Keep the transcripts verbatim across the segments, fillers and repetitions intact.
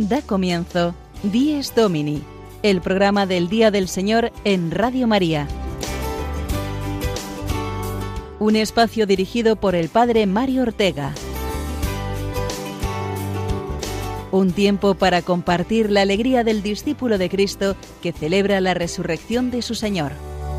Da comienzo Dies Domini, el programa del Día del Señor en Radio María. Un espacio dirigido por el Padre Mario Ortega. Un tiempo para compartir la alegría del discípulo de Cristo que celebra la resurrección de su Señor.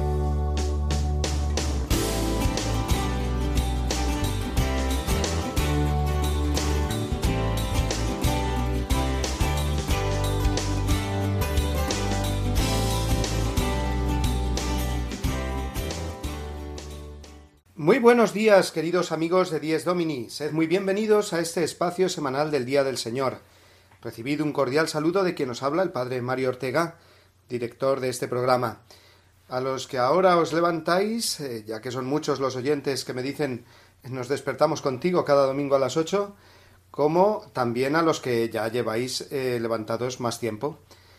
Muy buenos días, queridos amigos de Dies Domini. Sed muy bienvenidos a este espacio semanal del Día del Señor. Recibid un cordial saludo de quien os habla, el Padre Mario Ortega, director de este programa. A los que ahora os levantáis, eh, ya que son muchos los oyentes que me dicen nos despertamos contigo cada domingo a las ocho, como también a los que ya lleváis eh, levantados más tiempo,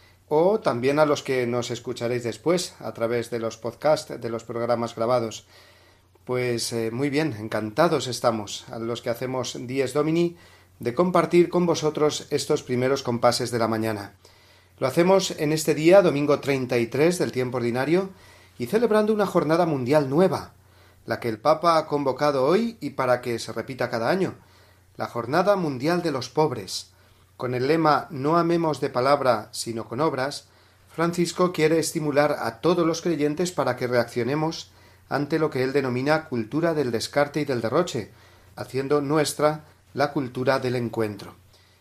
o también a los que nos escucharéis después a través de los podcasts, de los programas grabados. Pues eh, muy bien, encantados estamos, a los que hacemos Dies Domini, de compartir con vosotros estos primeros compases de la mañana. Lo hacemos en este día, domingo treinta y tres del tiempo ordinario, y celebrando una jornada mundial nueva, la que el Papa ha convocado hoy y para que se repita cada año, la Jornada Mundial de los Pobres. Con el lema «No amemos de palabra, sino con obras», Francisco quiere estimular a todos los creyentes para que reaccionemos ante lo que él denomina cultura del descarte y del derroche, haciendo nuestra la cultura del encuentro.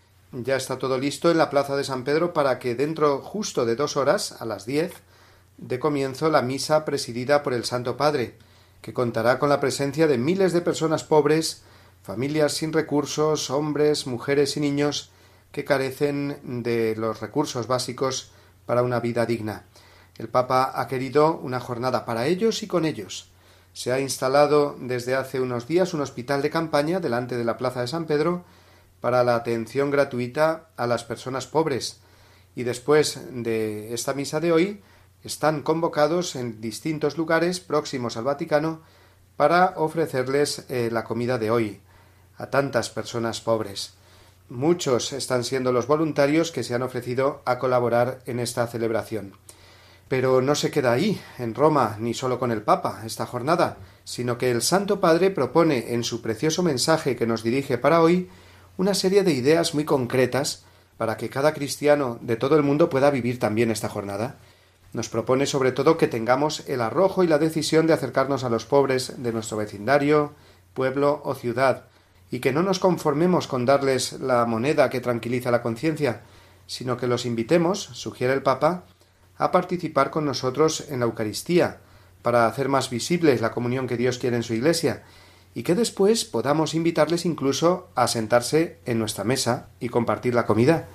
Ya está todo listo en la plaza de San Pedro para que dentro justo de dos horas, a las diez, dé comienzo la misa presidida por el Santo Padre, que contará con la presencia de miles de personas pobres, familias sin recursos, hombres, mujeres y niños que carecen de los recursos básicos para una vida digna. El Papa ha querido una jornada para ellos y con ellos. Se ha instalado desde hace unos días un hospital de campaña delante de la plaza de San Pedro para la atención gratuita a las personas pobres. Y después de esta misa de hoy, están convocados en distintos lugares próximos al Vaticano para ofrecerles eh, la comida de hoy a tantas personas pobres. Muchos están siendo los voluntarios que se han ofrecido a colaborar en esta celebración. Pero no se queda ahí, en Roma, ni solo con el Papa, esta jornada, sino que el Santo Padre propone en su precioso mensaje que nos dirige para hoy una serie de ideas muy concretas para que cada cristiano de todo el mundo pueda vivir también esta jornada. Nos propone sobre todo que tengamos el arrojo y la decisión de acercarnos a los pobres de nuestro vecindario, pueblo o ciudad, y que no nos conformemos con darles la moneda que tranquiliza la conciencia, sino que los invitemos, sugiere el Papa, a participar con nosotros en la Eucaristía, para hacer más visible la comunión que Dios quiere en su Iglesia, y que después podamos invitarles incluso a sentarse en nuestra mesa y compartir la comida.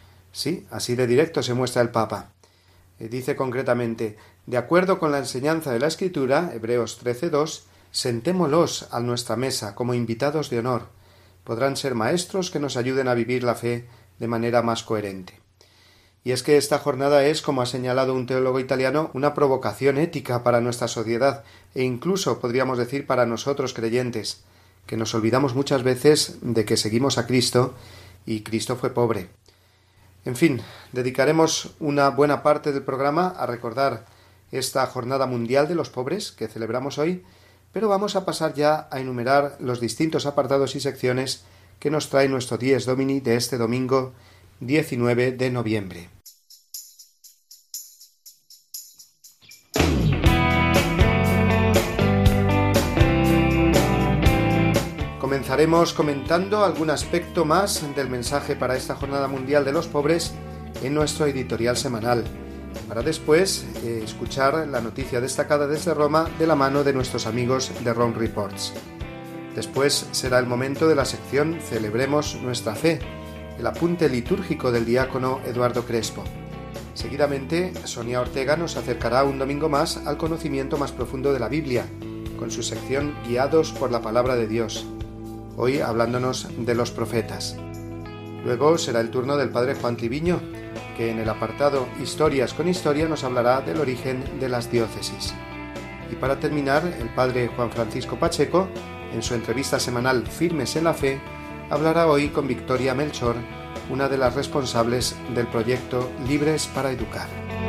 Sí, así de directo se muestra el Papa. Eh, dice concretamente, de acuerdo con la enseñanza de la Escritura, Hebreos trece dos, sentémoslos a nuestra mesa como invitados de honor. Podrán ser maestros que nos ayuden a vivir la fe de manera más coherente. Y es que esta jornada es, como ha señalado un teólogo italiano, una provocación ética para nuestra sociedad e incluso, podríamos decir, para nosotros creyentes, que nos olvidamos muchas veces de que seguimos a Cristo y Cristo fue pobre. En fin, dedicaremos una buena parte del programa a recordar esta Jornada Mundial de los Pobres que celebramos hoy, pero vamos a pasar ya a enumerar los distintos apartados y secciones que nos trae nuestro Dies Domini de este domingo diecinueve de noviembre. Comenzaremos comentando algún aspecto más del mensaje para esta Jornada Mundial de los Pobres en nuestro editorial semanal, para después eh, escuchar la noticia destacada desde Roma de la mano de nuestros amigos de Rome Reports. Después será el momento de la sección Celebremos nuestra fe, el apunte litúrgico del diácono Eduardo Crespo. Seguidamente, Sonia Ortega nos acercará un domingo más al conocimiento más profundo de la Biblia, con su sección Guiados por la Palabra de Dios, hoy hablándonos de los profetas. Luego será el turno del padre Juan Triviño, que en el apartado Historias con Historia nos hablará del origen de las diócesis. Y para terminar, el padre Juan Francisco Pacheco, en su entrevista semanal Firmes en la Fe, hablará hoy con Victoria Melchor una de las responsables del proyecto Libres para Educar.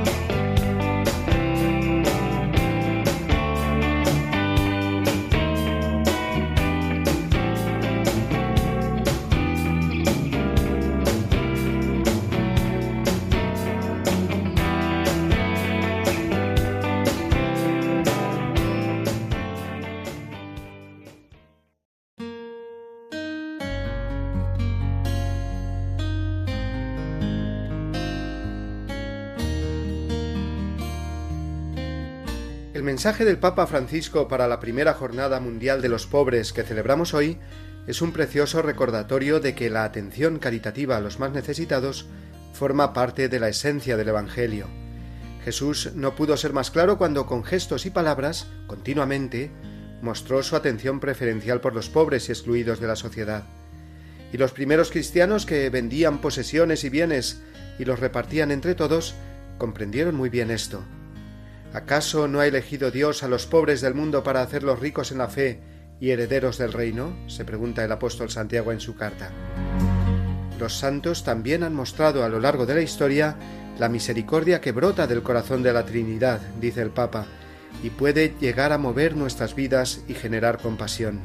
El mensaje del Papa Francisco para la primera Jornada Mundial de los Pobres que celebramos hoy es un precioso recordatorio de que la atención caritativa a los más necesitados forma parte de la esencia del Evangelio. Jesús no pudo ser más claro cuando con gestos y palabras, continuamente, mostró su atención preferencial por los pobres y excluidos de la sociedad. Y los primeros cristianos que vendían posesiones y bienes y los repartían entre todos, comprendieron muy bien esto. ¿Acaso no ha elegido Dios a los pobres del mundo para hacerlos ricos en la fe y herederos del reino?, se pregunta el apóstol Santiago en su carta. Los santos también han mostrado a lo largo de la historia la misericordia que brota del corazón de la Trinidad, dice el Papa, y puede llegar a mover nuestras vidas y generar compasión.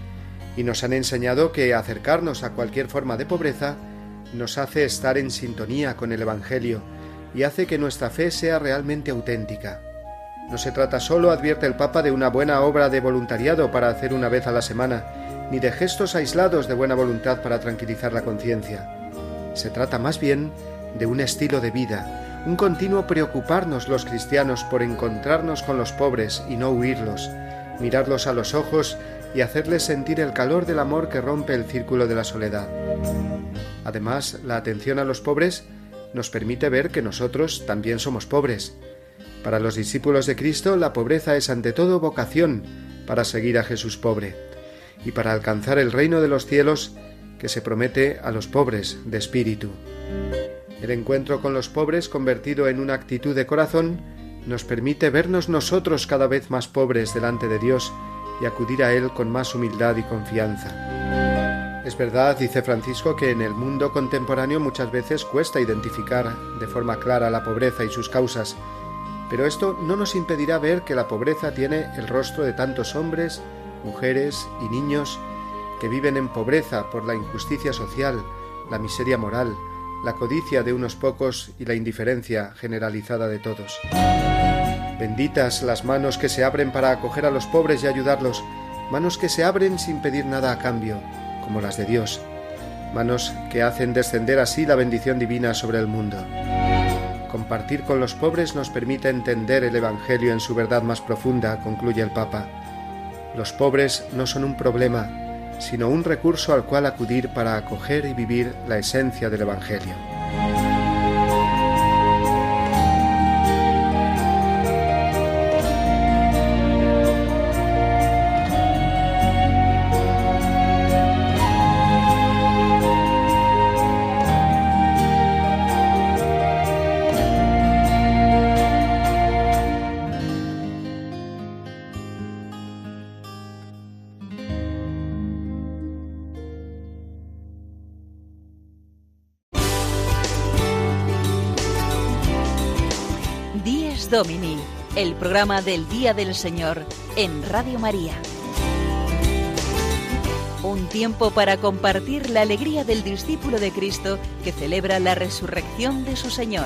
Y nos han enseñado que acercarnos a cualquier forma de pobreza nos hace estar en sintonía con el Evangelio y hace que nuestra fe sea realmente auténtica. No se trata solo, advierte el Papa, de una buena obra de voluntariado para hacer una vez a la semana, ni de gestos aislados de buena voluntad para tranquilizar la conciencia. Se trata más bien de un estilo de vida, un continuo preocuparnos los cristianos por encontrarnos con los pobres y no huirlos, mirarlos a los ojos y hacerles sentir el calor del amor que rompe el círculo de la soledad. Además, la atención a los pobres nos permite ver que nosotros también somos pobres. Para los discípulos de Cristo, la pobreza es ante todo vocación para seguir a Jesús pobre y para alcanzar el reino de los cielos que se promete a los pobres de espíritu. El encuentro con los pobres, convertido en una actitud de corazón, nos permite vernos nosotros cada vez más pobres delante de Dios y acudir a Él con más humildad y confianza. Es verdad, dice Francisco, que en el mundo contemporáneo muchas veces cuesta identificar de forma clara la pobreza y sus causas, pero esto no nos impedirá ver que la pobreza tiene el rostro de tantos hombres, mujeres y niños que viven en pobreza por la injusticia social, la miseria moral, la codicia de unos pocos y la indiferencia generalizada de todos. Benditas las manos que se abren para acoger a los pobres y ayudarlos, manos que se abren sin pedir nada a cambio, como las de Dios, manos que hacen descender así la bendición divina sobre el mundo. Compartir con los pobres nos permite entender el Evangelio en su verdad más profunda, concluye el Papa. Los pobres no son un problema, sino un recurso al cual acudir para acoger y vivir la esencia del Evangelio. Domini, el programa del Día del Señor en Radio María. Un tiempo para compartir la alegría del discípulo de Cristo que celebra la resurrección de su Señor.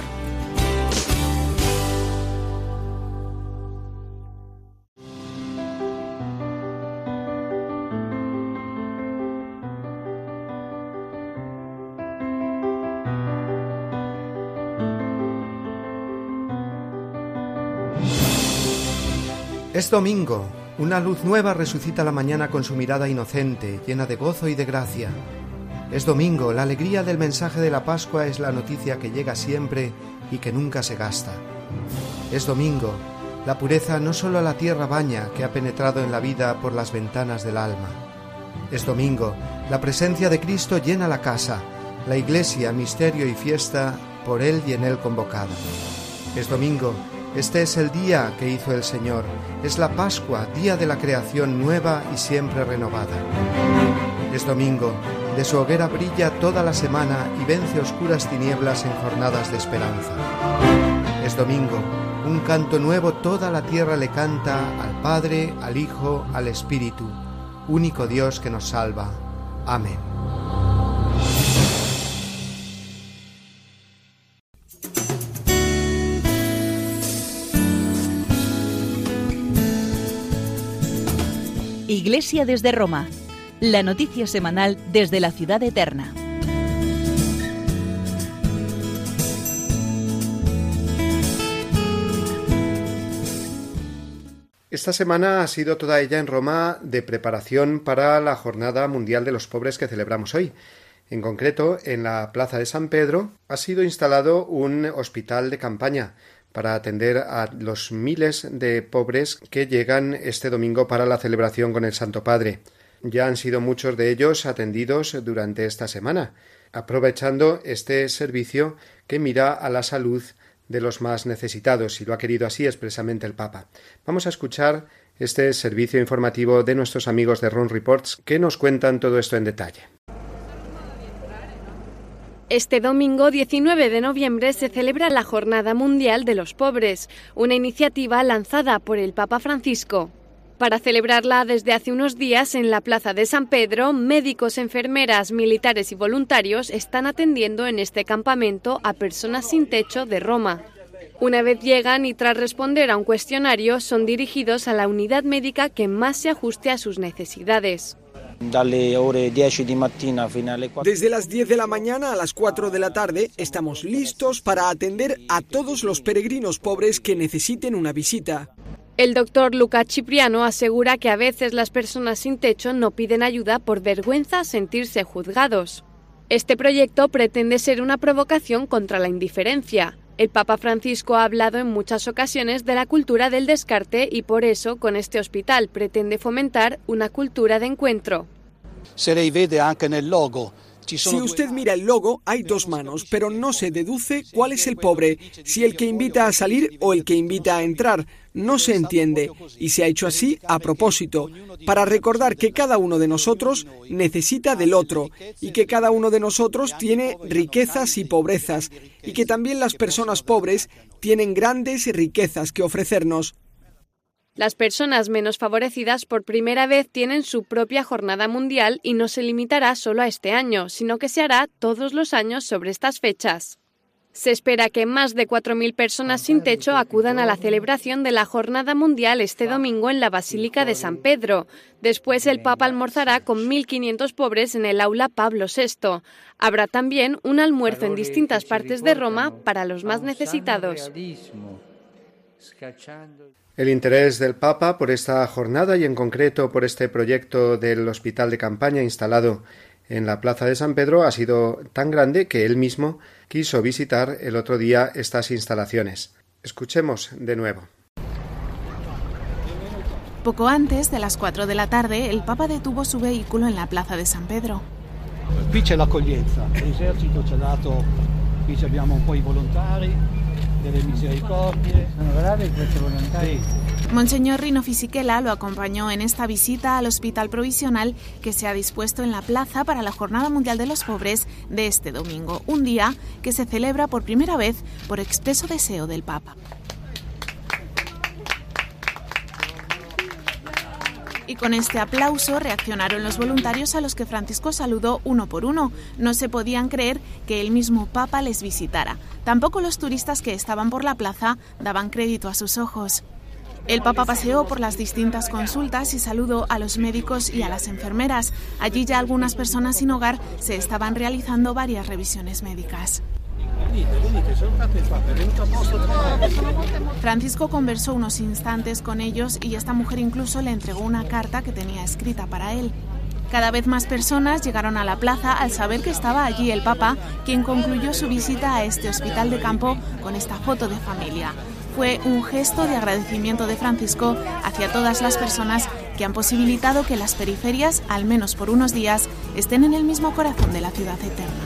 Es domingo, una luz nueva resucita la mañana con su mirada inocente, llena de gozo y de gracia. Es domingo, la alegría del mensaje de la Pascua es la noticia que llega siempre y que nunca se gasta. Es domingo, la pureza no solo a la tierra baña, que ha penetrado en la vida por las ventanas del alma. Es domingo, la presencia de Cristo llena la casa, la iglesia, misterio y fiesta, por Él y en Él convocada. Es domingo, este es el día que hizo el Señor, es la Pascua, día de la creación nueva y siempre renovada. Es domingo, de su hoguera brilla toda la semana y vence oscuras tinieblas en jornadas de esperanza. Es domingo, un canto nuevo toda la tierra le canta al Padre, al Hijo, al Espíritu, único Dios que nos salva. Amén. Iglesia desde Roma, la noticia semanal desde la ciudad eterna. Esta semana ha sido toda ella en Roma de preparación para la Jornada Mundial de los Pobres que celebramos hoy. En concreto, en la Plaza de San Pedro ha sido instalado un hospital de campaña para atender a los miles de pobres que llegan este domingo para la celebración con el Santo Padre. Ya han sido muchos de ellos atendidos durante esta semana, aprovechando este servicio que mira a la salud de los más necesitados, y lo ha querido así expresamente el Papa. Vamos a escuchar este servicio informativo de nuestros amigos de Rome Reports que nos cuentan todo esto en detalle. Este domingo diecinueve de noviembre se celebra la Jornada Mundial de los Pobres, una iniciativa lanzada por el Papa Francisco. Para celebrarla desde hace unos días en la Plaza de San Pedro, médicos, enfermeras, militares y voluntarios están atendiendo en este campamento a personas sin techo de Roma. Una vez llegan y tras responder a un cuestionario son dirigidos a la unidad médica que más se ajuste a sus necesidades. Desde las diez de la mañana a las cuatro de la tarde estamos listos para atender a todos los peregrinos pobres que necesiten una visita. El doctor Luca Cipriano asegura que a veces las personas sin techo no piden ayuda por vergüenza a sentirse juzgados. Este proyecto pretende ser una provocación contra la indiferencia. El Papa Francisco ha hablado en muchas ocasiones de la cultura del descarte y por eso con este hospital pretende fomentar una cultura de encuentro. Si usted mira el logo, hay dos manos, pero no se deduce cuál es el pobre, si el que invita a salir o el que invita a entrar. No se entiende, y se ha hecho así a propósito, para recordar que cada uno de nosotros necesita del otro, y que cada uno de nosotros tiene riquezas y pobrezas, y que también las personas pobres tienen grandes riquezas que ofrecernos. Las personas menos favorecidas por primera vez tienen su propia jornada mundial y no se limitará solo a este año, sino que se hará todos los años sobre estas fechas. Se espera que más de cuatro mil personas sin techo acudan a la celebración de la Jornada Mundial este domingo en la Basílica de San Pedro. Después el Papa almorzará con mil quinientos pobres en el aula Pablo sexto. Habrá también un almuerzo en distintas partes de Roma para los más necesitados. El interés del Papa por esta jornada y en concreto por este proyecto del hospital de campaña instalado en la Plaza de San Pedro ha sido tan grande que él mismo quiso visitar el otro día estas instalaciones. Escuchemos de nuevo. Poco antes de las cuatro de la tarde, el Papa detuvo su vehículo en la Plaza de San Pedro. Qui c'è l'accoglienza, l'esercito ci ha dato, qui abbiamo un po' i volontari, delle misericordie. Sono bravi questi volontari. Monseñor Rino Fisichella lo acompañó en esta visita al hospital provisional que se ha dispuesto en la plaza para la Jornada Mundial de los Pobres de este domingo, un día que se celebra por primera vez por expreso deseo del Papa. Y con este aplauso reaccionaron los voluntarios a los que Francisco saludó uno por uno. No se podían creer que el mismo Papa les visitara. Tampoco los turistas que estaban por la plaza daban crédito a sus ojos. El Papa paseó por las distintas consultas y saludó a los médicos y a las enfermeras. Allí ya algunas personas sin hogar se estaban realizando varias revisiones médicas. Francisco conversó unos instantes con ellos y esta mujer incluso le entregó una carta que tenía escrita para él. Cada vez más personas llegaron a la plaza al saber que estaba allí el Papa, quien concluyó su visita a este hospital de campo con esta foto de familia. Fue un gesto de agradecimiento de Francisco hacia todas las personas que han posibilitado que las periferias, al menos por unos días, estén en el mismo corazón de la ciudad eterna.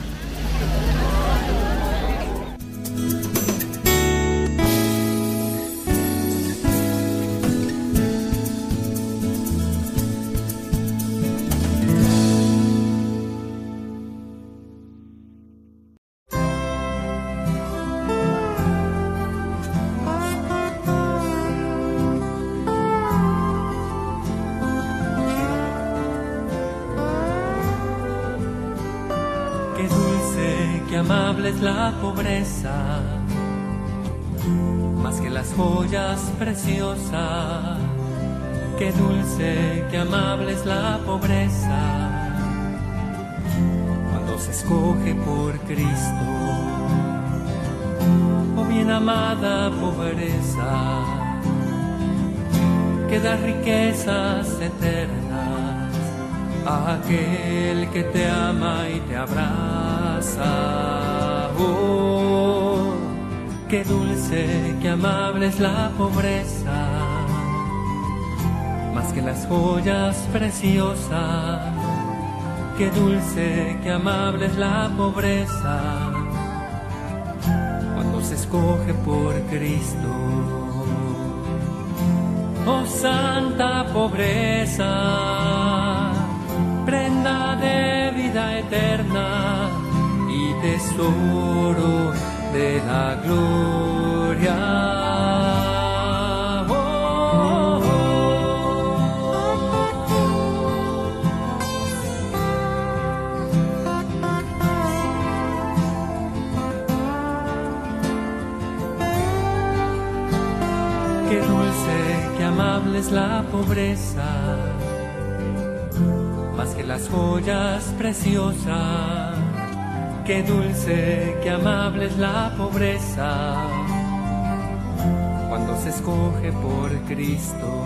amable es la pobreza, más que las joyas preciosas. Qué dulce, qué amable es la pobreza, cuando se escoge por Cristo. Oh bien amada pobreza, que da riquezas eternas a aquel que te ama y te abraza. Oh, qué dulce, qué amable es la pobreza, más que las joyas preciosas. Qué dulce, qué amable es la pobreza, cuando se escoge por Cristo. Oh santa pobreza, prenda de vida eterna y tesoro de la gloria. Qué dulce, qué amable es la pobreza, más que las joyas preciosas. Qué dulce, qué amable es la pobreza, cuando se escoge por Cristo.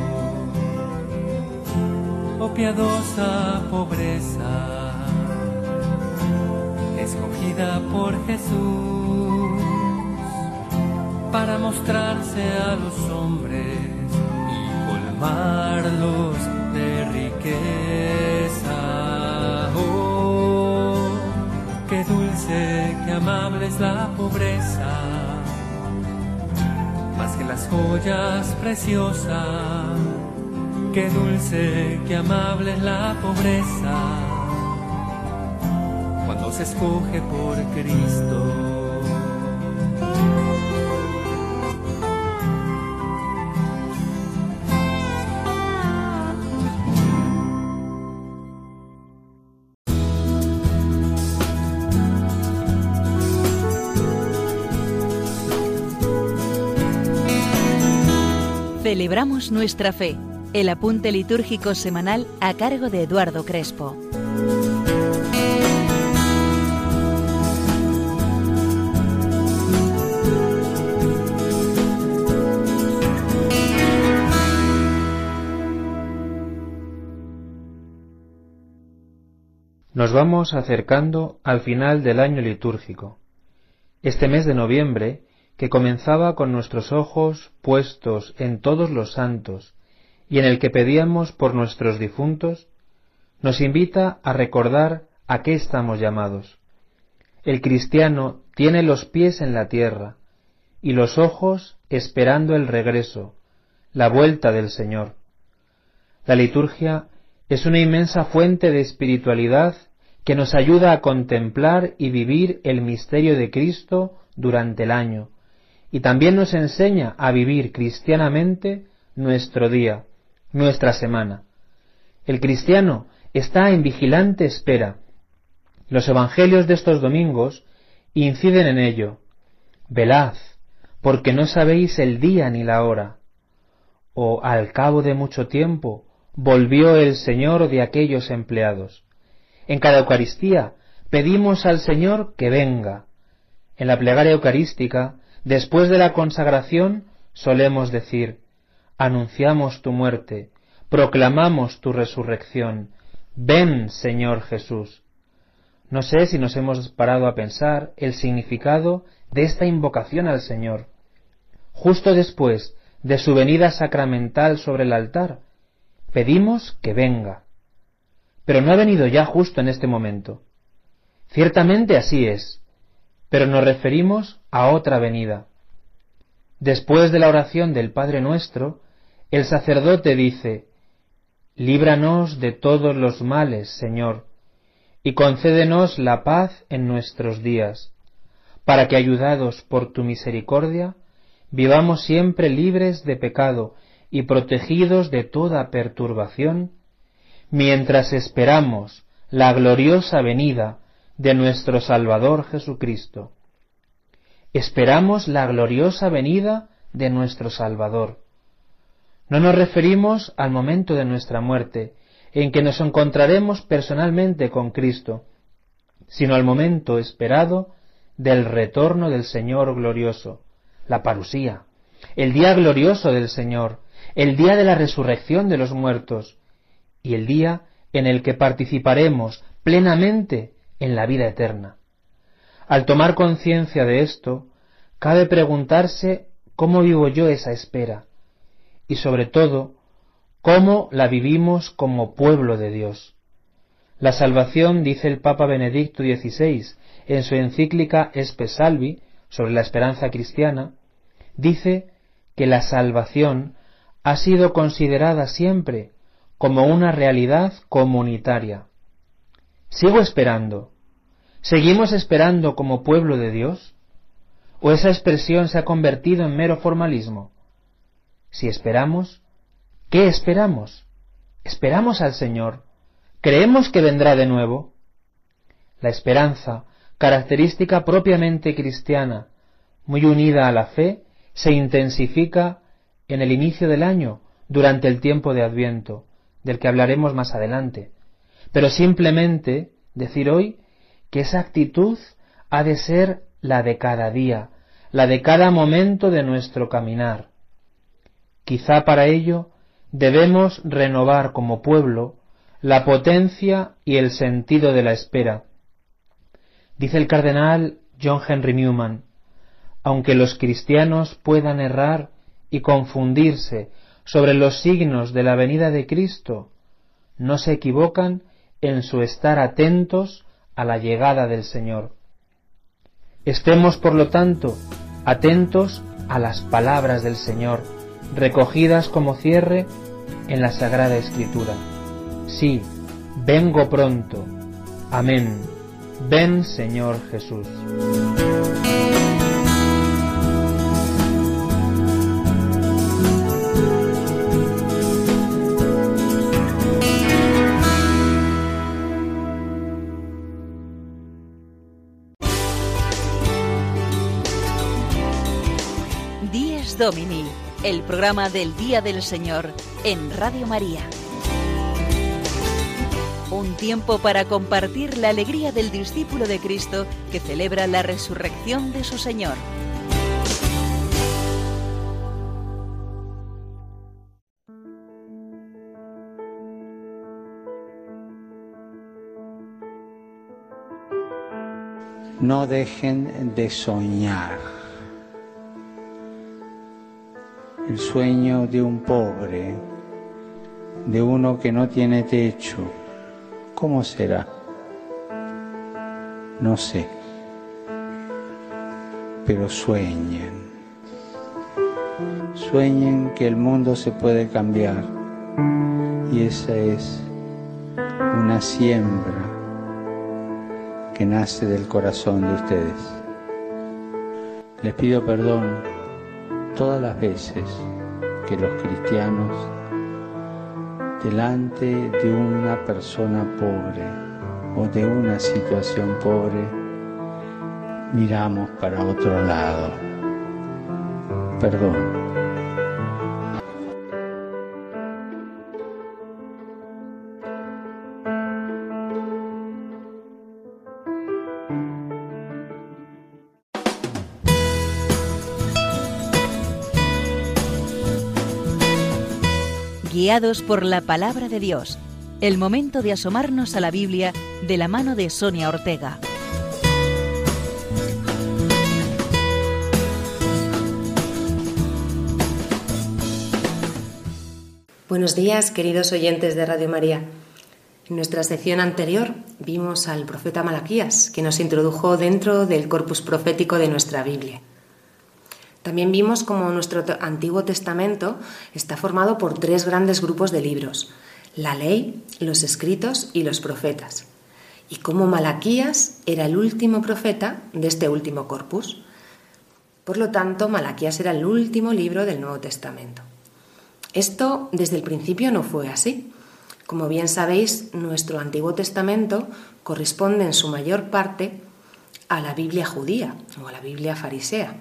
Oh piadosa pobreza, escogida por Jesús, para mostrarse a los hombres y colmarlos de riqueza. Oh, qué dulce, qué amable es la pobreza, más que las joyas preciosas. Qué dulce, qué amable es la pobreza, cuando se escoge por Cristo. Celebramos nuestra fe. El apunte litúrgico semanal a cargo de Eduardo Crespo. Nos vamos acercando al final del año litúrgico. Este mes de noviembre, que comenzaba con nuestros ojos puestos en todos los santos y en el que pedíamos por nuestros difuntos, nos invita a recordar a qué estamos llamados. El cristiano tiene los pies en la tierra y los ojos esperando el regreso, la vuelta del Señor. La liturgia es una inmensa fuente de espiritualidad que nos ayuda a contemplar y vivir el misterio de Cristo durante el año, y también nos enseña a vivir cristianamente nuestro día, nuestra semana. El cristiano está en vigilante espera. Los evangelios de estos domingos inciden en ello. Velad, porque no sabéis el día ni la hora. O al cabo de mucho tiempo volvió el Señor de aquellos empleados. En cada Eucaristía pedimos al Señor que venga. En la plegaria eucarística, después de la consagración, solemos decir: anunciamos tu muerte, proclamamos tu resurrección, ven, Señor Jesús. No sé si nos hemos parado a pensar el significado de esta invocación al Señor. Justo después de su venida sacramental sobre el altar, pedimos que venga. Pero no ha venido ya justo en este momento. Ciertamente así es, pero nos referimos a otra venida. Después de la oración del Padre Nuestro, el sacerdote dice: líbranos de todos los males, Señor, y concédenos la paz en nuestros días, para que, ayudados por tu misericordia, vivamos siempre libres de pecado y protegidos de toda perturbación, mientras esperamos la gloriosa venida de nuestro Salvador Jesucristo. Esperamos la gloriosa venida de nuestro Salvador. No nos referimos al momento de nuestra muerte, en que nos encontraremos personalmente con Cristo, sino al momento esperado del retorno del Señor glorioso, la parusía, el día glorioso del Señor, el día de la resurrección de los muertos, y el día en el que participaremos plenamente en la vida eterna. Al tomar conciencia de esto, cabe preguntarse cómo vivo yo esa espera, y sobre todo, cómo la vivimos como pueblo de Dios. La salvación, dice el Papa Benedicto dieciséis en su encíclica Espe Salvi, sobre la esperanza cristiana, dice que la salvación ha sido considerada siempre como una realidad comunitaria. ¿Sigo esperando? ¿Seguimos esperando como pueblo de Dios? ¿O esa expresión se ha convertido en mero formalismo? Si esperamos, ¿qué esperamos? ¿Esperamos al Señor? ¿Creemos que vendrá de nuevo? La esperanza, característica propiamente cristiana, muy unida a la fe, se intensifica en el inicio del año, durante el tiempo de Adviento, del que hablaremos más adelante. Pero simplemente decir hoy que esa actitud ha de ser la de cada día, la de cada momento de nuestro caminar. Quizá para ello debemos renovar como pueblo la potencia y el sentido de la espera. Dice el cardenal John Henry Newman, aunque los cristianos puedan errar y confundirse sobre los signos de la venida de Cristo, no se equivocan en su estar atentos a la llegada del Señor. Estemos, por lo tanto, atentos a las palabras del Señor, recogidas como cierre en la Sagrada Escritura. Sí, vengo pronto. Amén. Ven, Señor Jesús. Dies Domini, el programa del Día del Señor en Radio María. Un tiempo para compartir la alegría del discípulo de Cristo que celebra la resurrección de su Señor. No dejen de soñar. El sueño de un pobre, de uno que no tiene techo, ¿cómo será? No sé, pero sueñen. Sueñen que el mundo se puede cambiar y esa es una siembra que nace del corazón de ustedes. Les pido perdón todas las veces que los cristianos, delante de una persona pobre o de una situación pobre, miramos para otro lado. Perdón. Guiados por la palabra de Dios, el momento de asomarnos a la Biblia de la mano de Sonia Ortega. Buenos días, queridos oyentes de Radio María. En nuestra sección anterior vimos al profeta Malaquías, que nos introdujo dentro del corpus profético de nuestra Biblia. También vimos cómo nuestro Antiguo Testamento está formado por tres grandes grupos de libros: la Ley, los Escritos y los Profetas, y cómo Malaquías era el último profeta de este último corpus. Por lo tanto, Malaquías era el último libro del Nuevo Testamento. Esto desde el principio no fue así. Como bien sabéis, nuestro Antiguo Testamento corresponde en su mayor parte a la Biblia judía o a la Biblia farisea.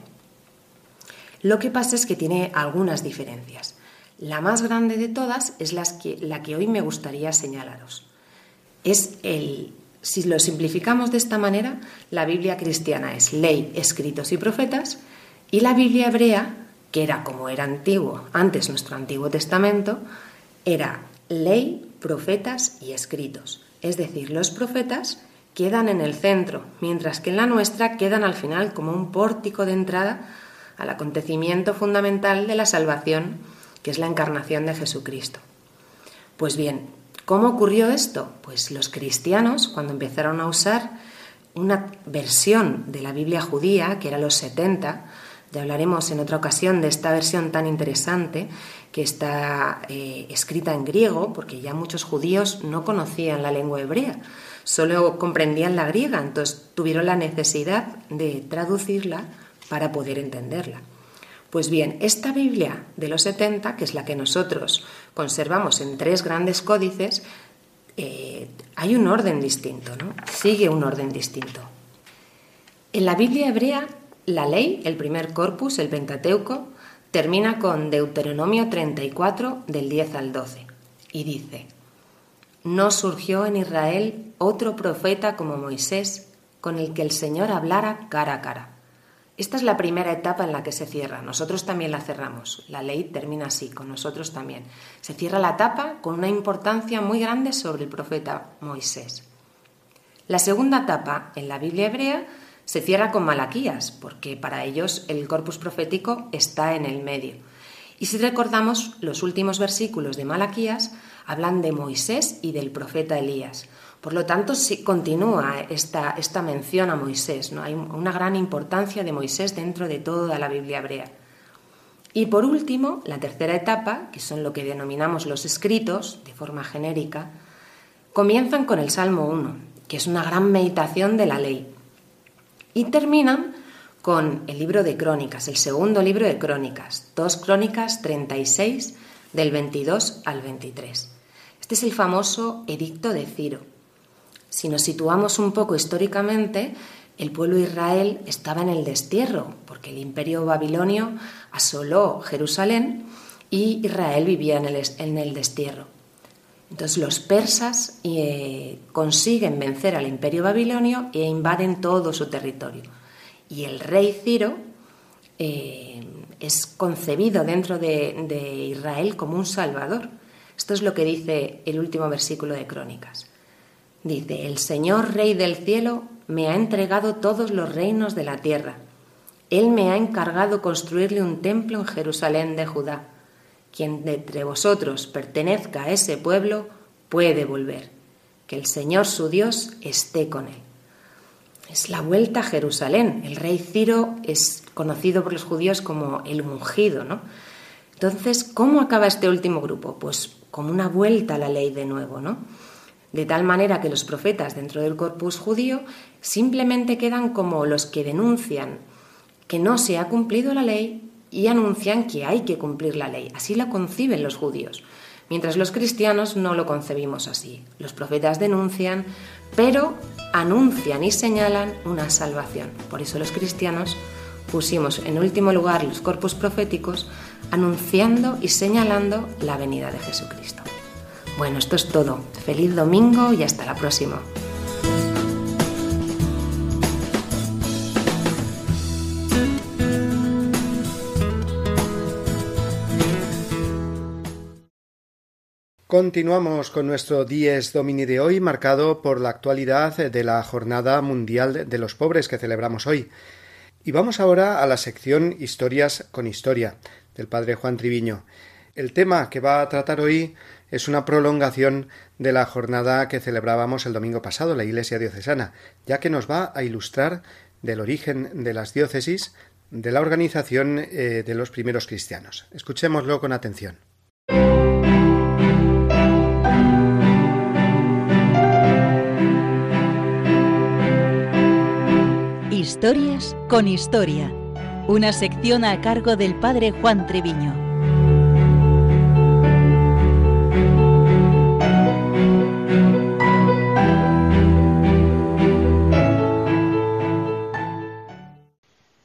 Lo que pasa es que tiene algunas diferencias. La más grande de todas es las que, la que hoy me gustaría señalaros. Es el, si lo simplificamos de esta manera, la Biblia cristiana es ley, escritos y profetas, y la Biblia hebrea, que era como era antiguo, antes nuestro Antiguo Testamento, era ley, profetas y escritos. Es decir, los profetas quedan en el centro, mientras que en la nuestra quedan al final como un pórtico de entrada al acontecimiento fundamental de la salvación, que es la encarnación de Jesucristo. Pues bien, ¿cómo ocurrió esto? Pues los cristianos, cuando empezaron a usar una versión de la Biblia judía, que era los setenta, ya hablaremos en otra ocasión de esta versión tan interesante, que está eh, escrita en griego, porque ya muchos judíos no conocían la lengua hebrea, solo comprendían la griega, entonces tuvieron la necesidad de traducirla para poder entenderla. Pues bien, esta Biblia de los setenta, que es la que nosotros conservamos en tres grandes códices, eh, hay un orden distinto, ¿no? Sigue un orden distinto. En la Biblia hebrea, la ley, el primer corpus, el Pentateuco, termina con Deuteronomio treinta y cuatro, del diez al doce, y dice: «No surgió en Israel otro profeta como Moisés, con el que el Señor hablara cara a cara». Esta es la primera etapa en la que se cierra. Nosotros también la cerramos. La ley termina así, con nosotros también. Se cierra la etapa con una importancia muy grande sobre el profeta Moisés. La segunda etapa en la Biblia hebrea se cierra con Malaquías, porque para ellos el corpus profético está en el medio. Y si recordamos, los últimos versículos de Malaquías hablan de Moisés y del profeta Elías. Por lo tanto, sí continúa esta, esta mención a Moisés, ¿no? Hay una gran importancia de Moisés dentro de toda la Biblia hebrea. Y por último, la tercera etapa, que son lo que denominamos los escritos, de forma genérica, comienzan con el Salmo uno, que es una gran meditación de la ley. Y terminan con el libro de Crónicas, el segundo libro de Crónicas, dos Crónicas treinta y seis, del veintidós al veintitrés. Este es el famoso Edicto de Ciro. Si nos situamos un poco históricamente, el pueblo de Israel estaba en el destierro, porque el imperio babilonio asoló Jerusalén y Israel vivía en el, en el destierro. Entonces los persas eh, consiguen vencer al imperio babilonio e invaden todo su territorio. Y el rey Ciro eh, es concebido dentro de, de Israel como un salvador. Esto es lo que dice el último versículo de Crónicas. Dice: «El Señor Rey del cielo me ha entregado todos los reinos de la tierra. Él me ha encargado construirle un templo en Jerusalén de Judá. Quien de entre vosotros pertenezca a ese pueblo puede volver. Que el Señor su Dios esté con él». Es la vuelta a Jerusalén. El rey Ciro es conocido por los judíos como el ungido, ¿no? Entonces, ¿cómo acaba este último grupo? Pues como una vuelta a la ley de nuevo, ¿no? De tal manera que los profetas dentro del corpus judío simplemente quedan como los que denuncian que no se ha cumplido la ley y anuncian que hay que cumplir la ley. Así la conciben los judíos, mientras los cristianos no lo concebimos así. Los profetas denuncian, pero anuncian y señalan una salvación. Por eso los cristianos pusimos en último lugar los corpus proféticos, anunciando y señalando la venida de Jesucristo. Bueno, esto es todo. Feliz domingo y hasta la próxima. Continuamos con nuestro Dies Domini de hoy, marcado por la actualidad de la Jornada Mundial de los Pobres que celebramos hoy. Y vamos ahora a la sección Historias con Historia, del padre Juan Triviño. El tema que va a tratar hoy es una prolongación de la jornada que celebrábamos el domingo pasado, la Iglesia Diocesana, ya que nos va a ilustrar del origen de las diócesis, de la organización eh, de los primeros cristianos. Escuchémoslo con atención. Historias con Historia, una sección a cargo del padre Juan Triviño.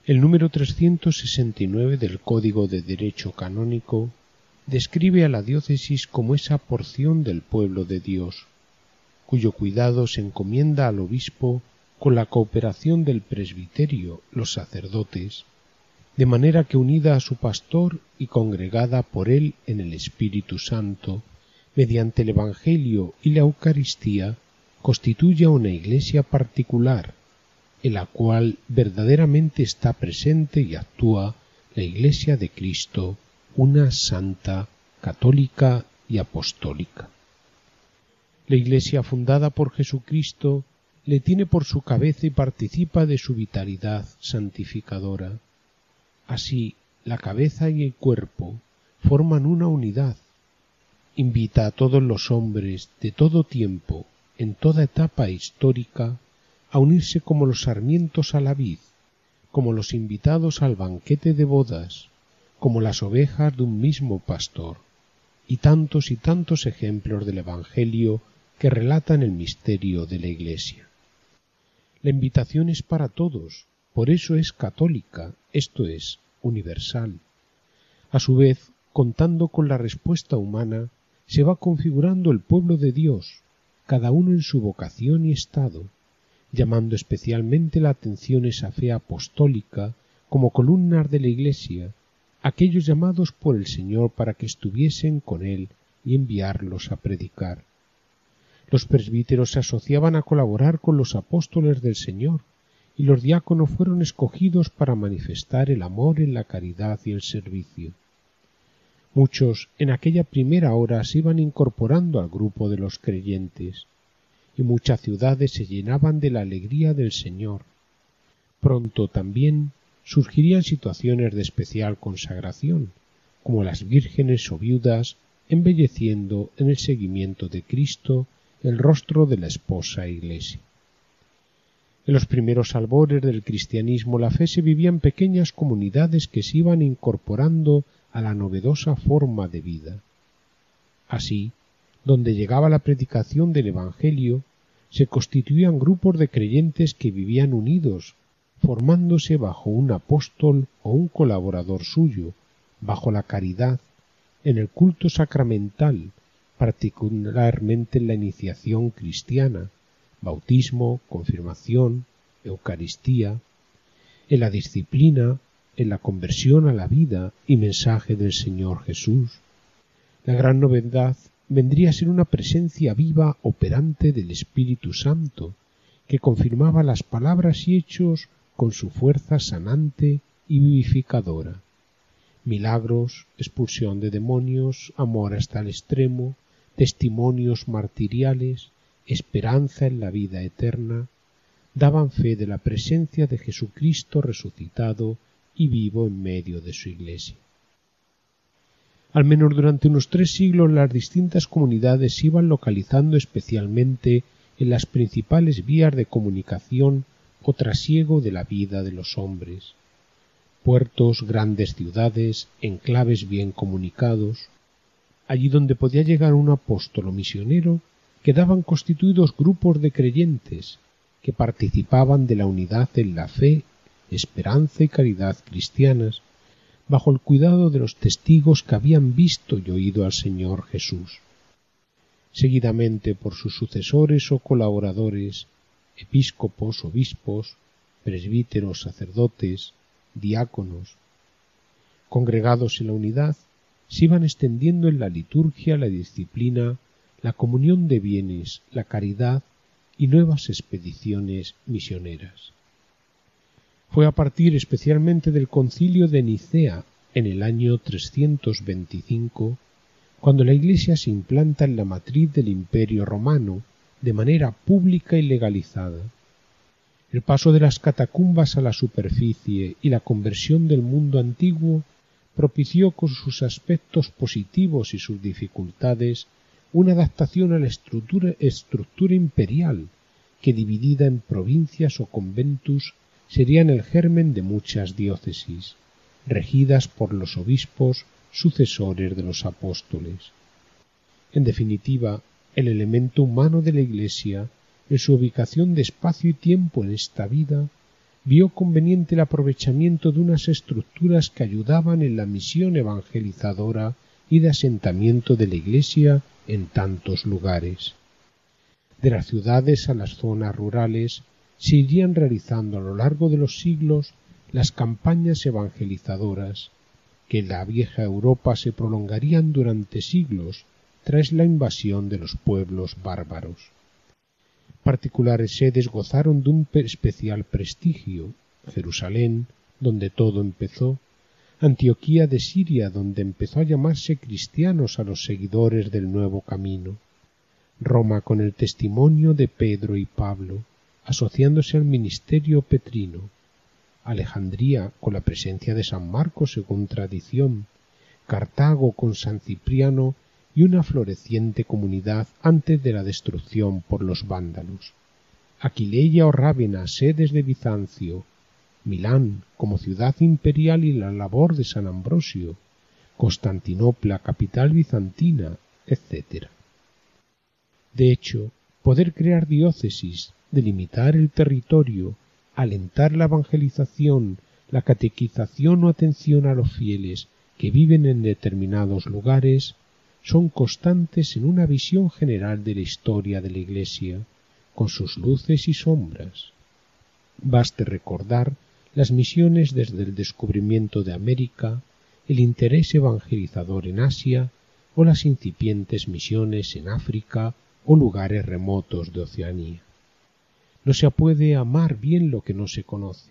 El número trescientos sesenta y nueve del Código de Derecho Canónico describe a la diócesis como esa porción del pueblo de Dios, cuyo cuidado se encomienda al obispo con la cooperación del presbiterio, los sacerdotes, de manera que unida a su pastor y congregada por él en el Espíritu Santo, mediante el Evangelio y la Eucaristía, constituya una iglesia particular, en la cual verdaderamente está presente y actúa la Iglesia de Cristo, una santa, católica y apostólica. La Iglesia fundada por Jesucristo le tiene por su cabeza y participa de su vitalidad santificadora. Así, la cabeza y el cuerpo forman una unidad. Invita a todos los hombres de todo tiempo, en toda etapa histórica, a unirse como los sarmientos a la vid, como los invitados al banquete de bodas, como las ovejas de un mismo pastor, y tantos y tantos ejemplos del Evangelio que relatan el misterio de la Iglesia. La invitación es para todos, por eso es católica, esto es, universal. A su vez, contando con la respuesta humana, se va configurando el pueblo de Dios, cada uno en su vocación y estado, llamando especialmente la atención esa fe apostólica como columnas de la Iglesia, aquellos llamados por el Señor para que estuviesen con Él y enviarlos a predicar. Los presbíteros se asociaban a colaborar con los apóstoles del Señor, y los diáconos fueron escogidos para manifestar el amor en la caridad y el servicio. Muchos en aquella primera hora se iban incorporando al grupo de los creyentes, y muchas ciudades se llenaban de la alegría del Señor. Pronto también surgirían situaciones de especial consagración, como las vírgenes o viudas, embelleciendo en el seguimiento de Cristo el rostro de la esposa Iglesia. En los primeros albores del cristianismo la fe se vivía en pequeñas comunidades que se iban incorporando a la novedosa forma de vida. Así, donde llegaba la predicación del Evangelio, se constituían grupos de creyentes que vivían unidos, formándose bajo un apóstol o un colaborador suyo, bajo la caridad, en el culto sacramental, particularmente en la iniciación cristiana, bautismo, confirmación, Eucaristía, en la disciplina, en la conversión a la vida y mensaje del Señor Jesús. La gran novedad vendría a ser una presencia viva operante del Espíritu Santo, que confirmaba las palabras y hechos con su fuerza sanante y vivificadora. Milagros, expulsión de demonios, amor hasta el extremo, testimonios martiriales, esperanza en la vida eterna, daban fe de la presencia de Jesucristo resucitado y vivo en medio de su Iglesia. Al menos durante unos tres siglos las distintas comunidades se iban localizando especialmente en las principales vías de comunicación o trasiego de la vida de los hombres. Puertos, grandes ciudades, enclaves bien comunicados. Allí donde podía llegar un apóstol o misionero, quedaban constituidos grupos de creyentes que participaban de la unidad en la fe, esperanza y caridad cristianas, bajo el cuidado de los testigos que habían visto y oído al Señor Jesús. Seguidamente por sus sucesores o colaboradores, episcopos, obispos, presbíteros, sacerdotes, diáconos. Congregados en la unidad, se iban extendiendo en la liturgia, la disciplina, la comunión de bienes, la caridad y nuevas expediciones misioneras. Fue a partir especialmente del Concilio de Nicea en el año trescientos veinticinco cuando la Iglesia se implanta en la matriz del Imperio Romano de manera pública y legalizada. El paso de las catacumbas a la superficie y la conversión del mundo antiguo propició con sus aspectos positivos y sus dificultades una adaptación a la estructura, estructura imperial que, dividida en provincias o conventus, serían el germen de muchas diócesis, regidas por los obispos sucesores de los apóstoles. En definitiva, el elemento humano de la Iglesia, en su ubicación de espacio y tiempo en esta vida, vio conveniente el aprovechamiento de unas estructuras que ayudaban en la misión evangelizadora y de asentamiento de la Iglesia en tantos lugares. De las ciudades a las zonas rurales se irían realizando a lo largo de los siglos las campañas evangelizadoras, que en la vieja Europa se prolongarían durante siglos tras la invasión de los pueblos bárbaros. Particulares sedes gozaron de un especial prestigio: Jerusalén, donde todo empezó; Antioquía de Siria, donde empezó a llamarse cristianos a los seguidores del nuevo camino; Roma, con el testimonio de Pedro y Pablo, asociándose al ministerio petrino; Alejandría, con la presencia de San Marcos según tradición; Cartago, con San Cipriano y una floreciente comunidad antes de la destrucción por los vándalos; Aquileia o Rávena, sedes de Bizancio; Milán, como ciudad imperial y la labor de San Ambrosio; Constantinopla, capital bizantina, etcétera. De hecho, poder crear diócesis, delimitar el territorio, alentar la evangelización, la catequización o atención a los fieles que viven en determinados lugares, son constantes en una visión general de la historia de la Iglesia, con sus luces y sombras. Baste recordar las misiones desde el descubrimiento de América, el interés evangelizador en Asia o las incipientes misiones en África o lugares remotos de Oceanía. No se puede amar bien lo que no se conoce.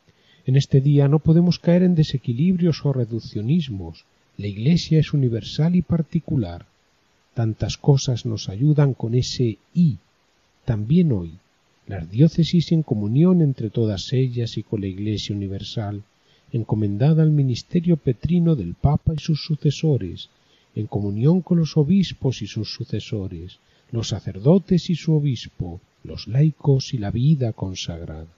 En este día no podemos caer en desequilibrios o reduccionismos. La Iglesia es universal y particular. Tantas cosas nos ayudan con ese y. También hoy, las diócesis en comunión entre todas ellas y con la Iglesia universal, encomendada al ministerio petrino del Papa y sus sucesores, en comunión con los obispos y sus sucesores, los sacerdotes y su obispo, los laicos y la vida consagrada.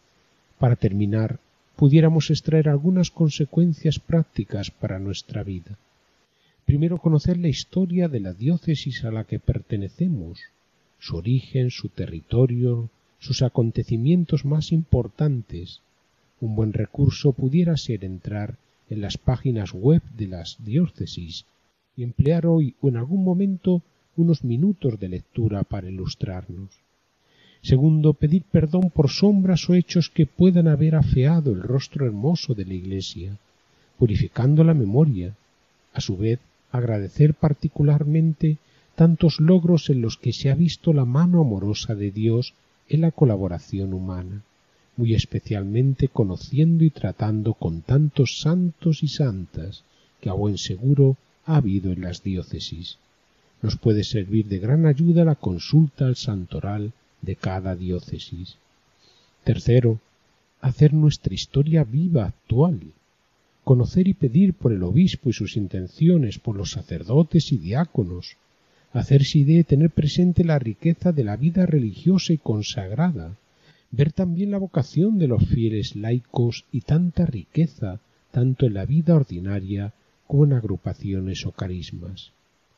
Para terminar, pudiéramos extraer algunas consecuencias prácticas para nuestra vida. Primero, conocer la historia de la diócesis a la que pertenecemos, su origen, su territorio, sus acontecimientos más importantes. Un buen recurso pudiera ser entrar en las páginas web de las diócesis y emplear hoy o en algún momento unos minutos de lectura para ilustrarnos. Segundo, pedir perdón por sombras o hechos que puedan haber afeado el rostro hermoso de la Iglesia, purificando la memoria. A su vez, agradecer particularmente tantos logros en los que se ha visto la mano amorosa de Dios en la colaboración humana, muy especialmente conociendo y tratando con tantos santos y santas que a buen seguro ha habido en las diócesis. Nos puede servir de gran ayuda la consulta al santoral de cada diócesis. Tercero, hacer nuestra historia viva, actual. Conocer y pedir por el obispo y sus intenciones, por los sacerdotes y diáconos. Hacerse idea y tener presente la riqueza de la vida religiosa y consagrada. Ver también la vocación de los fieles laicos y tanta riqueza, tanto en la vida ordinaria como en agrupaciones o carismas.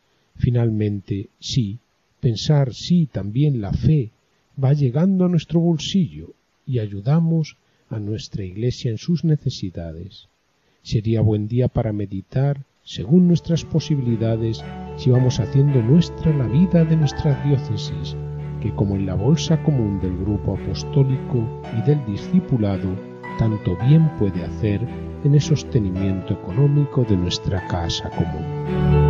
Finalmente, sí, pensar si también la fe va llegando a nuestro bolsillo y ayudamos a nuestra Iglesia en sus necesidades. Sería buen día para meditar, según nuestras posibilidades, si vamos haciendo nuestra la vida de nuestras diócesis, que como en la bolsa común del grupo apostólico y del discipulado, tanto bien puede hacer en el sostenimiento económico de nuestra casa común.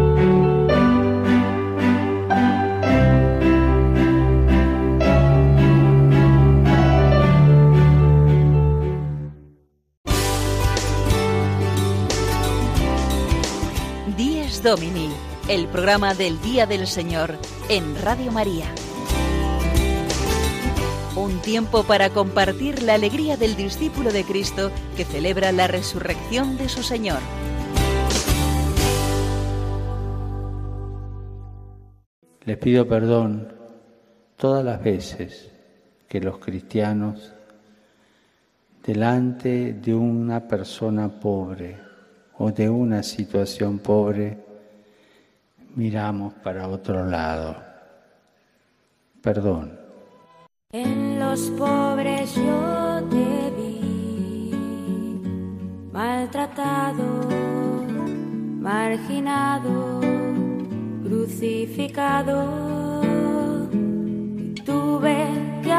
Domini, el programa del Día del Señor en Radio María. Un tiempo para compartir la alegría del discípulo de Cristo que celebra la resurrección de su Señor. Les pido perdón todas las veces que los cristianos, delante de una persona pobre o de una situación pobre, miramos para otro lado. Perdón. En los pobres yo te vi, maltratado, marginado, crucificado. Tuve que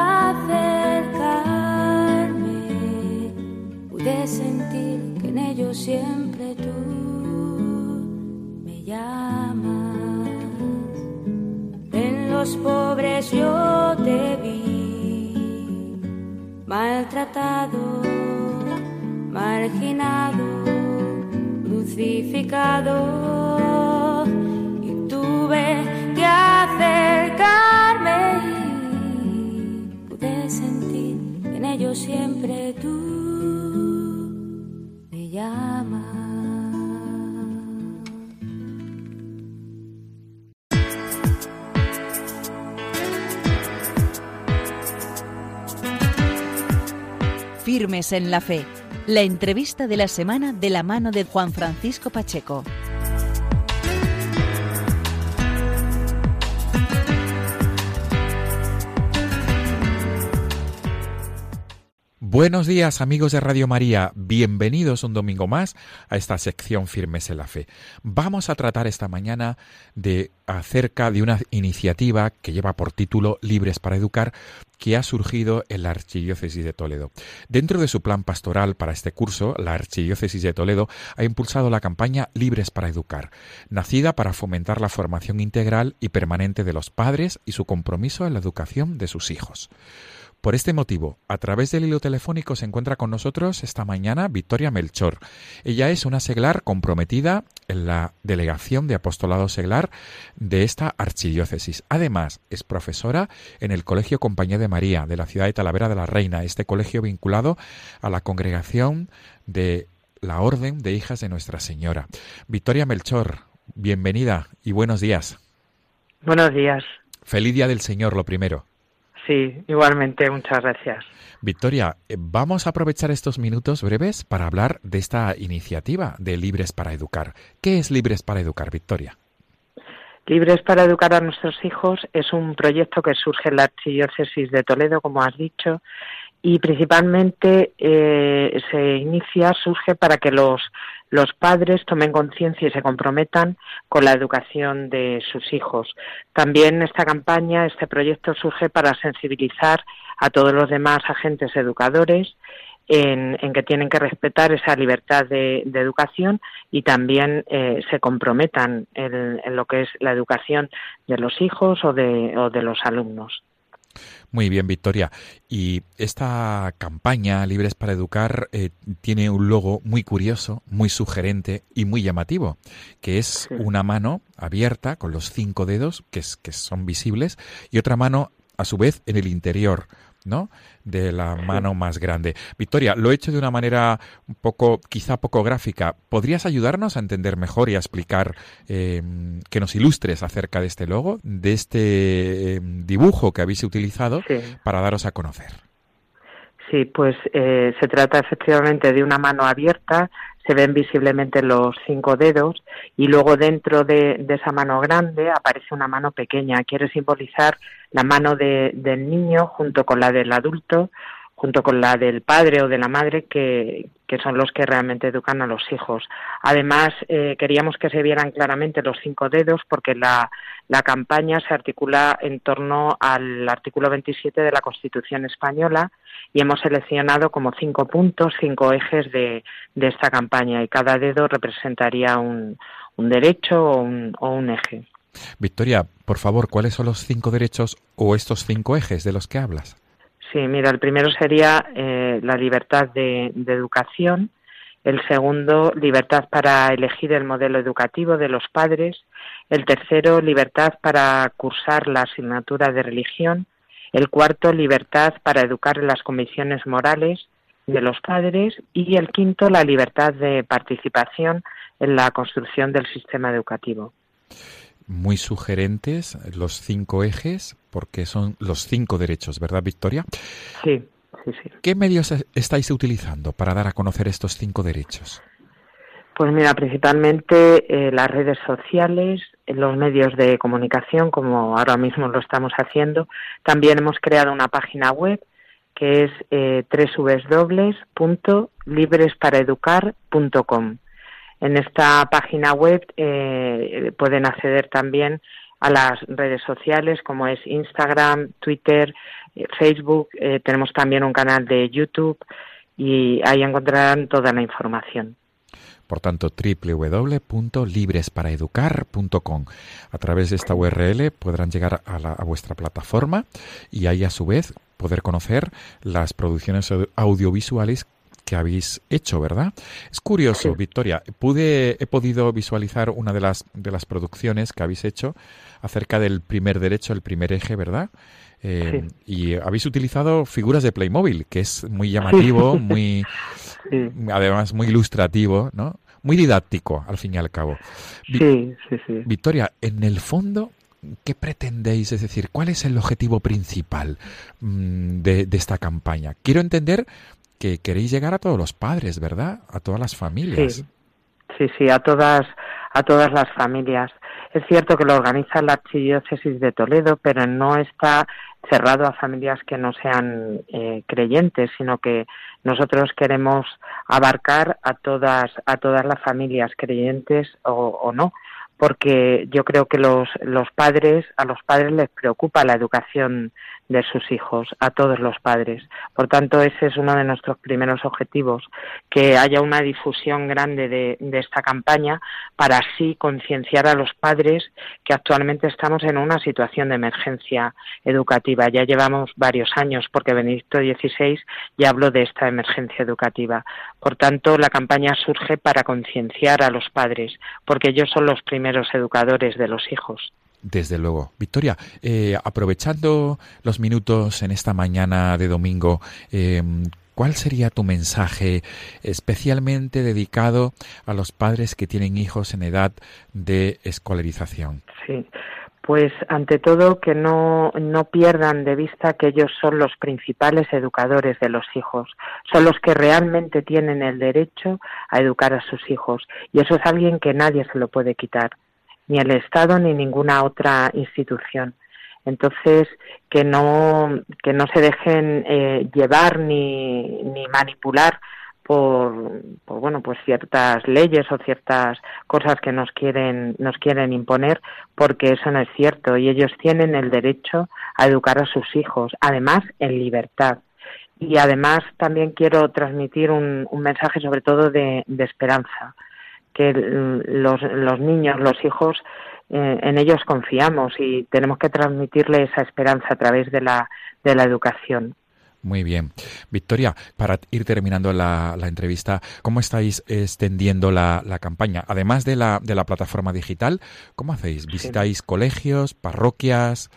acercarme, pude sentir que en ellos siempre tú me llamas. En los pobres yo te vi, maltratado, marginado, crucificado, y tuve que acercarme y pude sentir que en ellos siempre tú me llamas. Firmes en la fe. La entrevista de la semana de la mano de Juan Francisco Pacheco. Buenos días, amigos de Radio María, bienvenidos un domingo más a esta sección Firmes en la Fe. Vamos a tratar esta mañana de acerca de una iniciativa que lleva por título Libres para Educar, que ha surgido en la Archidiócesis de Toledo. Dentro de su plan pastoral para este curso, la Archidiócesis de Toledo ha impulsado la campaña Libres para Educar, nacida para fomentar la formación integral y permanente de los padres y su compromiso en la educación de sus hijos. Por este motivo, a través del hilo telefónico se encuentra con nosotros esta mañana Victoria Melchor. Ella es una seglar comprometida en la Delegación de Apostolado Seglar de esta archidiócesis. Además, es profesora en el Colegio Compañía de María de la ciudad de Talavera de la Reina, este colegio vinculado a la congregación de la Orden de Hijas de Nuestra Señora. Victoria Melchor, bienvenida y buenos días. Buenos días. Feliz Día del Señor, lo primero. Sí, igualmente, muchas gracias. Victoria, vamos a aprovechar estos minutos breves para hablar de esta iniciativa de Libres para Educar. ¿Qué es Libres para Educar, Victoria? Libres para Educar a nuestros hijos es un proyecto que surge en la Archidiócesis de Toledo, como has dicho, y principalmente eh, se inicia, surge para que los los padres tomen conciencia y se comprometan con la educación de sus hijos. También esta campaña, este proyecto surge para sensibilizar a todos los demás agentes educadores en, en que tienen que respetar esa libertad de, de educación y también eh, se comprometan en, en lo que es la educación de los hijos o de, o de los alumnos. Muy bien, Victoria. Y esta campaña Libres para Educar eh, tiene un logo muy curioso, muy sugerente y muy llamativo, que es sí. una mano abierta con los cinco dedos que, es, que son visibles y otra mano a su vez en el interior, ¿no?, de la mano más grande. Victoria, lo he hecho de una manera un poco, quizá poco gráfica. ¿Podrías ayudarnos a entender mejor y a explicar, eh, que nos ilustres acerca de este logo, de este eh, dibujo que habéis utilizado sí. para daros a conocer? Sí, pues eh, se trata efectivamente de una mano abierta, se ven visiblemente los cinco dedos y luego dentro de, de esa mano grande aparece una mano pequeña. Quiere simbolizar la mano de, del niño junto con la del adulto, junto con la del padre o de la madre, que, que son los que realmente educan a los hijos. Además, eh, queríamos que se vieran claramente los cinco dedos porque la, la campaña se articula en torno al artículo veintisiete de la Constitución española y hemos seleccionado como cinco puntos, cinco ejes de, de esta campaña y cada dedo representaría un, un derecho o un, o un eje. Victoria, por favor, ¿cuáles son los cinco derechos o estos cinco ejes de los que hablas? Sí, mira, el primero sería eh, la libertad de, de educación, el segundo, libertad para elegir el modelo educativo de los padres, el tercero, libertad para cursar la asignatura de religión, el cuarto, libertad para educar en las convicciones morales de los padres y el quinto, la libertad de participación en la construcción del sistema educativo. Muy sugerentes los cinco ejes, porque son los cinco derechos, ¿verdad, Victoria? Sí, sí, sí. ¿Qué medios estáis utilizando para dar a conocer estos cinco derechos? Pues mira, principalmente eh, las redes sociales, los medios de comunicación, como ahora mismo lo estamos haciendo. También hemos creado una página web que es eh, doble u doble u doble u punto libres para educar punto com. En esta página web eh, pueden acceder también a las redes sociales como es Instagram, Twitter, eh, Facebook. Eh, tenemos también un canal de YouTube y ahí encontrarán toda la información. Por tanto, doble u doble u doble u punto libres para educar punto com. A través de esta U R L podrán llegar a, la, a vuestra plataforma y ahí a su vez poder conocer las producciones audiovisuales que habéis hecho, ¿verdad? Es curioso, sí. Victoria, pude, he podido visualizar una de las, de las producciones que habéis hecho acerca del primer derecho, el primer eje, ¿verdad? Eh, sí. Y habéis utilizado figuras de Playmobil, que es muy llamativo, sí. muy sí. además muy ilustrativo, ¿no? Muy didáctico, al fin y al cabo. Vi- sí, sí, sí. Victoria, en el fondo, ¿qué pretendéis? Es decir, ¿cuál es el objetivo principal mmm, de, de esta campaña? Quiero entender que queréis llegar a todos los padres, ¿verdad? A todas las familias. Sí, sí, sí, a todas, a todas las familias. Es cierto que lo organiza la Archidiócesis de Toledo, pero no está cerrado a familias que no sean eh, creyentes, sino que nosotros queremos abarcar a todas, a todas las familias creyentes o, o no, porque yo creo que los, los padres, a los padres les preocupa la educación de sus hijos, a todos los padres. Por tanto, ese es uno de nuestros primeros objetivos, que haya una difusión grande de, de esta campaña para así concienciar a los padres que actualmente estamos en una situación de emergencia educativa. Ya llevamos varios años, porque Benedicto dieciséis ya habló de esta emergencia educativa. Por tanto, la campaña surge para concienciar a los padres, porque ellos son los primeros educadores de los hijos. Desde luego. Victoria, eh, aprovechando los minutos en esta mañana de domingo, eh, ¿cuál sería tu mensaje especialmente dedicado a los padres que tienen hijos en edad de escolarización? Sí, pues ante todo que no, no pierdan de vista que ellos son los principales educadores de los hijos, son los que realmente tienen el derecho a educar a sus hijos, y eso es alguien que nadie se lo puede quitar, ni el Estado ni ninguna otra institución. Entonces, que no que no se dejen eh, llevar ni, ni manipular por, por bueno pues ciertas leyes o ciertas cosas que nos quieren nos quieren imponer, porque eso no es cierto, y ellos tienen el derecho a educar a sus hijos, además en libertad. Y además también quiero transmitir un, un mensaje sobre todo de, de esperanza, que los, los niños, los hijos, eh, en ellos confiamos y tenemos que transmitirle esa esperanza a través de la, de la educación. Muy bien. Victoria, para ir terminando la, la entrevista, ¿cómo estáis extendiendo la, la campaña? Además de la, de la plataforma digital, ¿cómo hacéis? ¿Visitáis sí. colegios, parroquias?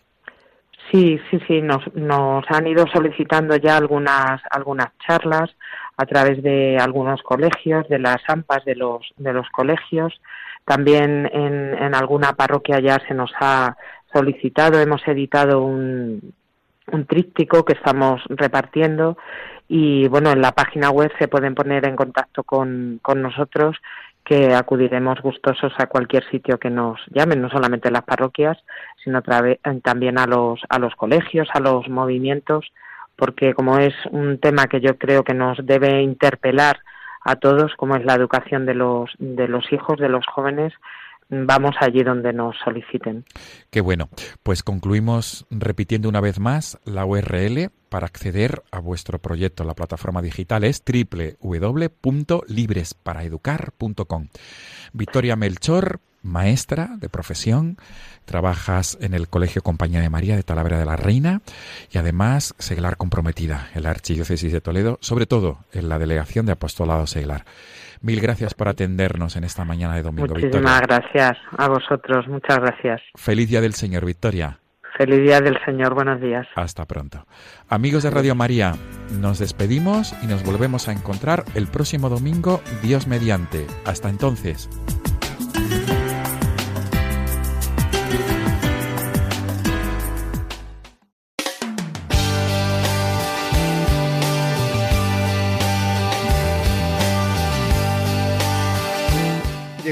Sí, sí, sí, nos, nos han ido solicitando ya algunas, algunas charlas a través de algunos colegios, de las AMPAs de los, de los colegios. También en, en alguna parroquia ya se nos ha solicitado, hemos editado un, un tríptico que estamos repartiendo, y bueno, en la página web se pueden poner en contacto con, con nosotros, que acudiremos gustosos a cualquier sitio que nos llamen, no solamente las parroquias, sino tra- también a los, a los colegios, a los movimientos, porque como es un tema que yo creo que nos debe interpelar a todos, como es la educación de los de los hijos, de los jóvenes, vamos allí donde nos soliciten. Qué bueno. Pues concluimos repitiendo una vez más la U R L para acceder a vuestro proyecto. La plataforma digital es doble u doble u doble u punto libres para educar punto com. Victoria Melchor, maestra de profesión, trabajas en el Colegio Compañía de María de Talavera de la Reina y además seglar comprometida en la Archidiócesis de Toledo, sobre todo en la Delegación de Apostolado Seglar. Mil gracias por atendernos en esta mañana de domingo, Muchísimas Victoria. gracias a vosotros, muchas gracias. Feliz Día del Señor, Victoria. Feliz Día del Señor, buenos días. Hasta pronto. Amigos de Radio María, nos despedimos y nos volvemos a encontrar el próximo domingo, Dios mediante. Hasta entonces.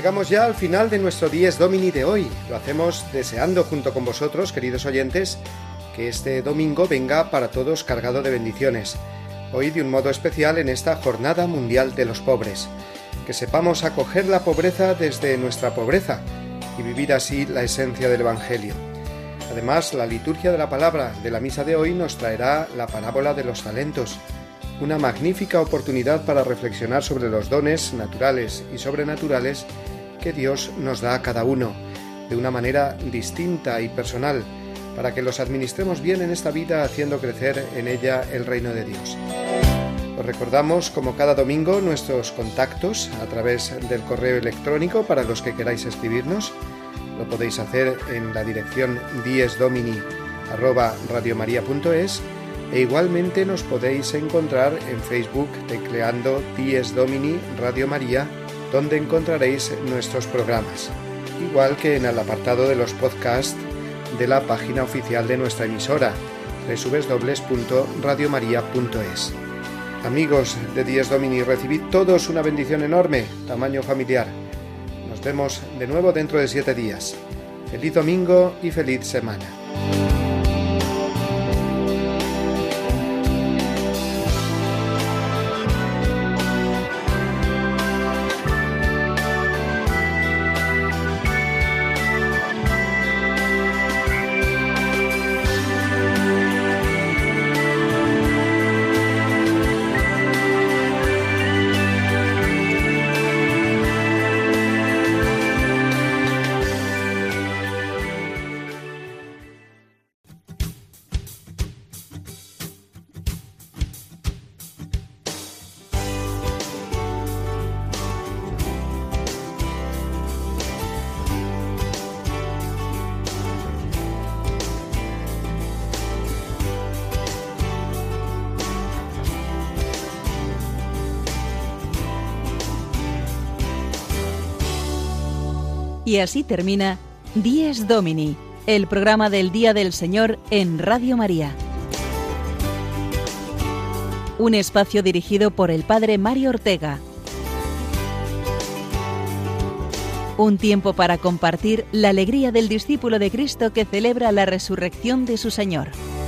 llegamos ya al final de nuestro Dies Domini de hoy. Lo hacemos deseando junto con vosotros, queridos oyentes, que este domingo venga para todos cargado de bendiciones. Hoy de un modo especial en esta Jornada Mundial de los Pobres. Que sepamos acoger la pobreza desde nuestra pobreza y vivir así la esencia del Evangelio. Además, la liturgia de la palabra de la misa de hoy nos traerá la parábola de los talentos, una magnífica oportunidad para reflexionar sobre los dones naturales y sobrenaturales que Dios nos da a cada uno, de una manera distinta y personal, para que los administremos bien en esta vida, haciendo crecer en ella el reino de Dios. Os recordamos, como cada domingo, nuestros contactos a través del correo electrónico para los que queráis escribirnos. Lo podéis hacer en la dirección diesdomini arroba radiomaria punto es e igualmente nos podéis encontrar en Facebook tecleando Dies Domini Radio María, donde encontraréis nuestros programas, igual que en el apartado de los podcasts de la página oficial de nuestra emisora, doble u doble u doble u punto radiomaria punto es. Amigos de Dies Domini, recibid todos una bendición enorme, tamaño familiar. Nos vemos de nuevo dentro de siete días. Feliz domingo y feliz semana. Y así termina Dies Domini, el programa del Día del Señor en Radio María. Un espacio dirigido por el Padre Mario Ortega. Un tiempo para compartir la alegría del discípulo de Cristo que celebra la resurrección de su Señor.